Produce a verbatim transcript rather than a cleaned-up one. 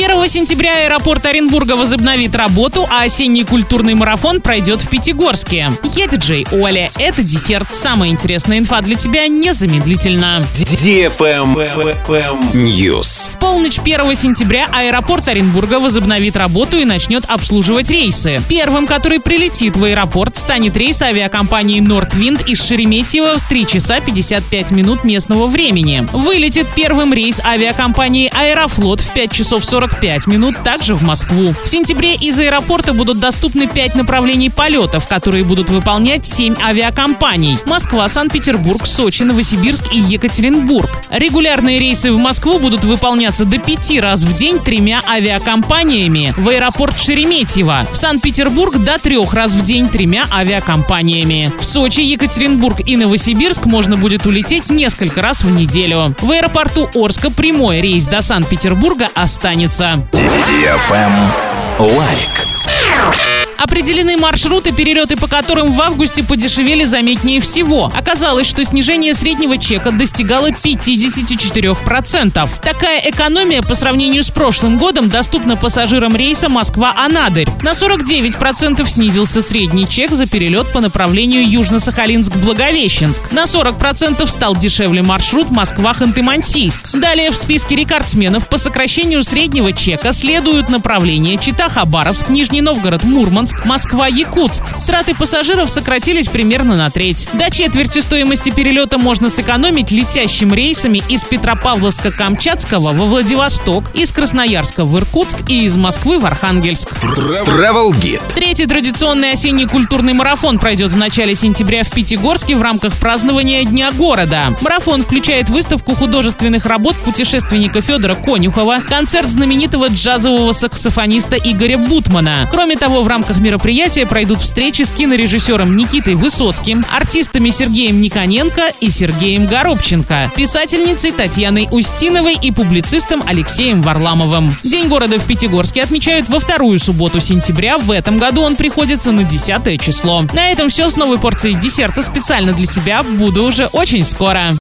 первого сентября аэропорт Оренбурга возобновит работу, а осенний культурный марафон пройдет в Пятигорске. Я диджей Оля. Это десерт. Самая интересная инфа для тебя незамедлительно. News. В полночь первого сентября аэропорт Оренбурга возобновит работу и начнет обслуживать рейсы. Первым, который прилетит в аэропорт, станет рейс авиакомпании Nordwind из Шереметьево в три часа пятьдесят пять минут местного времени. Вылетит первым рейс авиакомпании Аэрофлот в пять часов сорок пять минут, также в Москву. В сентябре из аэропорта будут доступны пять направлений полетов, которые будут выполнять семь авиакомпаний: Москва, Санкт-Петербург, Сочи, Новосибирск и Екатеринбург. Регулярные рейсы в Москву будут выполняться до пяти раз в день тремя авиакомпаниями в аэропорт Шереметьево. В Санкт-Петербург до трех раз в день тремя авиакомпаниями. В Сочи, Екатеринбург и Новосибирск можно будет улететь несколько раз в неделю. В аэропорту Орска прямой рейс до Санкт-Петербурга останется. Лайк. Определены маршруты, перелеты по которым в августе подешевели заметнее всего. Оказалось, что снижение среднего чека достигало пятьдесят четыре процента. Такая экономия по сравнению с прошлым годом доступна пассажирам рейса Москва-Анадырь. На сорок девять процентов снизился средний чек за перелет по направлению Южно-Сахалинск-Благовещенск. На сорок процентов стал дешевле маршрут Москва-Ханты-Мансийск. Далее в списке рекордсменов по сокращению среднего чека следуют направления Чита-Хабаровск, Нижний Новгород-Мурманск, Москва-Якутск. Траты пассажиров сократились примерно на треть. До четверти стоимости перелета можно сэкономить летящим рейсами из Петропавловска-Камчатского во Владивосток, из Красноярска в Иркутск и из Москвы в Архангельск. Travel Guide. Третий традиционный осенний культурный марафон пройдет в начале сентября в Пятигорске в рамках празднования Дня города. Марафон включает выставку художественных работ путешественника Федора Конюхова, концерт знаменитого джазового саксофониста Игоря Бутмана. Кроме того, в рамках мероприятия пройдут встречи с кинорежиссером Никитой Высоцким, артистами Сергеем Никоненко и Сергеем Горобченко, писательницей Татьяной Устиновой и публицистом Алексеем Варламовым. День города в Пятигорске отмечают во вторую субботу сентября. В этом году он приходится на десятое число. На этом все с новой порцией десерта специально для тебя. Буду уже очень скоро.